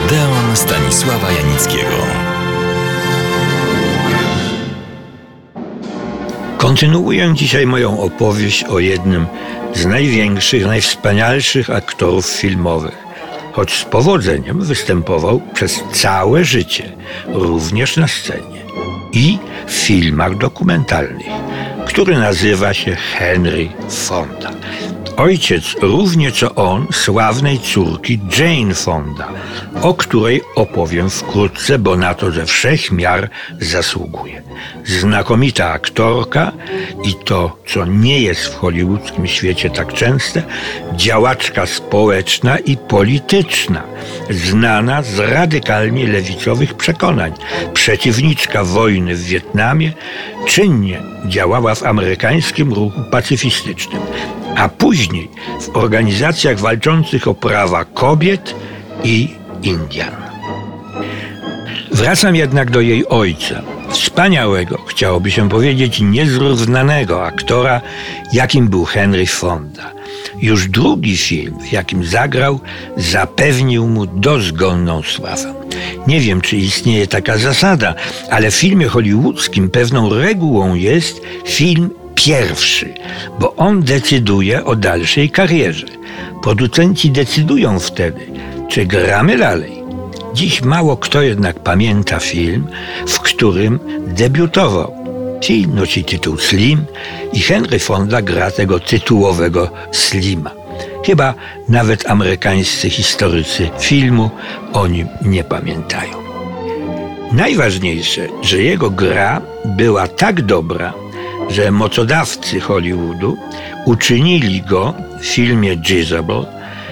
Odeon Stanisława Janickiego. Kontynuuję dzisiaj moją opowieść o jednym z największych, najwspanialszych aktorów filmowych. Choć z powodzeniem występował przez całe życie, również na scenie i w filmach dokumentalnych, który nazywa się Henry Fonda. Ojciec równie co on sławnej córki Jane Fonda, o której opowiem wkrótce, bo na to ze wszech miar zasługuje. Znakomita aktorka i to, co nie jest w hollywoodzkim świecie tak częste, działaczka społeczna i polityczna, znana z radykalnie lewicowych przekonań, przeciwniczka wojny w Wietnamie, czynnie działała w amerykańskim ruchu pacyfistycznym, a później w organizacjach walczących o prawa kobiet i Indian. Wracam jednak do jej ojca, wspaniałego, chciałoby się powiedzieć niezrównanego aktora, jakim był Henry Fonda. Już drugi film, w jakim zagrał, zapewnił mu dozgonną sławę. Nie wiem, czy istnieje taka zasada, ale w filmie hollywoodzkim pewną regułą jest film pierwszy, bo on decyduje o dalszej karierze. Producenci decydują wtedy, czy gramy dalej. Dziś mało kto jednak pamięta film, w którym debiutował. Film nosi tytuł Slim i Henry Fonda gra tego tytułowego Slima. Chyba nawet amerykańscy historycy filmu o nim nie pamiętają. Najważniejsze, że jego gra była tak dobra, że mocodawcy Hollywoodu uczynili go w filmie Jezebel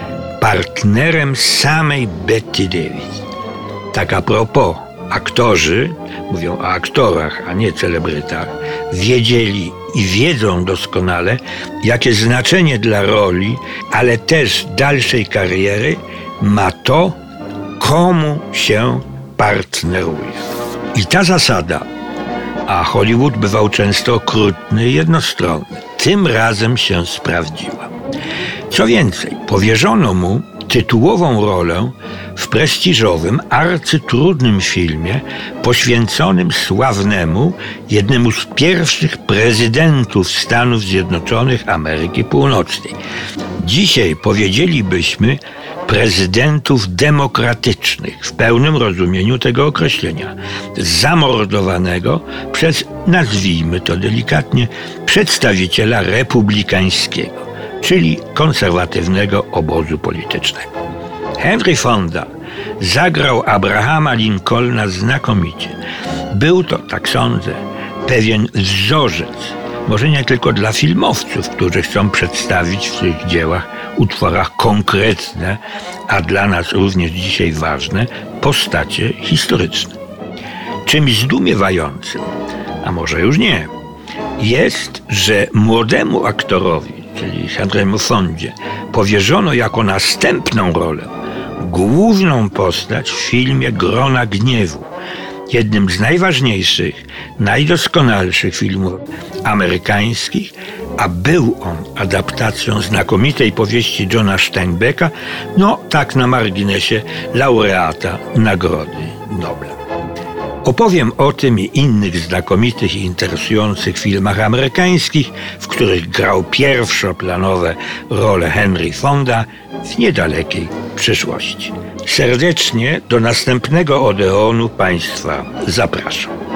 partnerem samej Bette Davis. Tak a propos, aktorzy, mówią o aktorach, a nie celebrytach, wiedzieli i wiedzą doskonale, jakie znaczenie dla roli, ale też dalszej kariery ma to, komu się partneruje. I ta zasada, a Hollywood bywał często okrutny i jednostronny, tym razem się sprawdziła. Co więcej, powierzono mu tytułową rolę w prestiżowym, arcytrudnym filmie poświęconym sławnemu, jednemu z pierwszych prezydentów Stanów Zjednoczonych Ameryki Północnej. Dzisiaj powiedzielibyśmy prezydentów demokratycznych w pełnym rozumieniu tego określenia, zamordowanego przez, nazwijmy to delikatnie, przedstawiciela republikańskiego, czyli konserwatywnego obozu politycznego. Henry Fonda zagrał Abrahama Lincolna znakomicie. Był to, tak sądzę, pewien wzorzec, może nie tylko dla filmowców, którzy chcą przedstawić w swych dziełach, utworach konkretne, a dla nas również dzisiaj ważne, postacie historyczne. Czymś zdumiewającym, a może już nie, jest, że młodemu aktorowi, czyli Henrymu Fondzie, powierzono jako następną rolę główną postać w filmie Grona Gniewu, jednym z najważniejszych, najdoskonalszych filmów amerykańskich, a był on adaptacją znakomitej powieści Johna Steinbecka, no tak na marginesie, laureata Nagrody Nobla. Opowiem o tym i innych znakomitych i interesujących filmach amerykańskich, w których grał pierwszoplanowe role Henry Fonda w niedalekiej przyszłości. Serdecznie do następnego Odeonu Państwa zapraszam.